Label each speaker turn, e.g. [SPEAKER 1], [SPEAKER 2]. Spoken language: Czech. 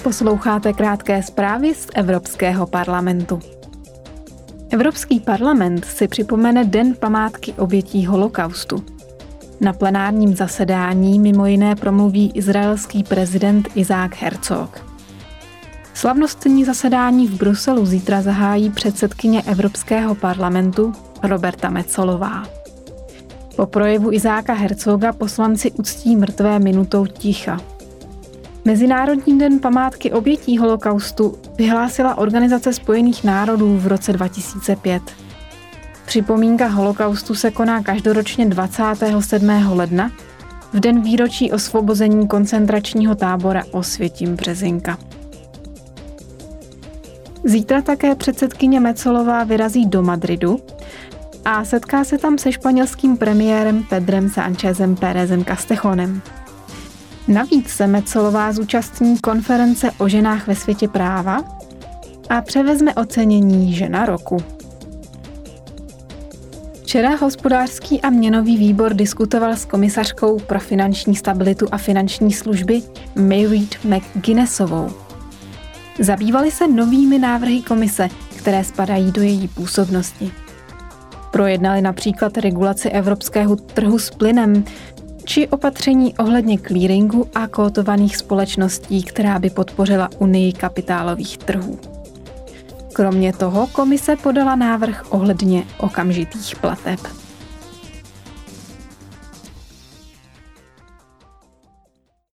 [SPEAKER 1] Posloucháte krátké zprávy z Evropského parlamentu. Evropský parlament si připomene Den památky obětí holokaustu. Na plenárním zasedání mimo jiné promluví izraelský prezident Izák Herzog. Slavnostní zasedání v Bruselu zítra zahájí předsedkyně Evropského parlamentu Roberta Metsolová. Po projevu Izáka Herzoga poslanci uctí mrtvé minutou ticha. Mezinárodní den památky obětí holokaustu vyhlásila Organizace spojených národů v roce 2005. Připomínka holokaustu se koná každoročně 27. ledna, v den výročí osvobození koncentračního tábora Osvětim-Březinka. Zítra také předsedkyně Metsolová vyrazí do Madridu a setká se tam se španělským premiérem Pedrem Sánchezem Pérezem Castejonem. Navíc se Metsolová zúčastní konference o ženách ve světě práva a převezme ocenění Žena roku. Včera hospodářský a měnový výbor diskutoval s komisařkou pro finanční stabilitu a finanční služby Mairead McGuinnessovou. Zabývali se novými návrhy komise, které spadají do její působnosti. Projednali například regulaci evropského trhu s plynem či opatření ohledně clearingu a kotovaných společností, která by podpořila unii kapitálových trhů. Kromě toho komise podala návrh ohledně okamžitých plateb.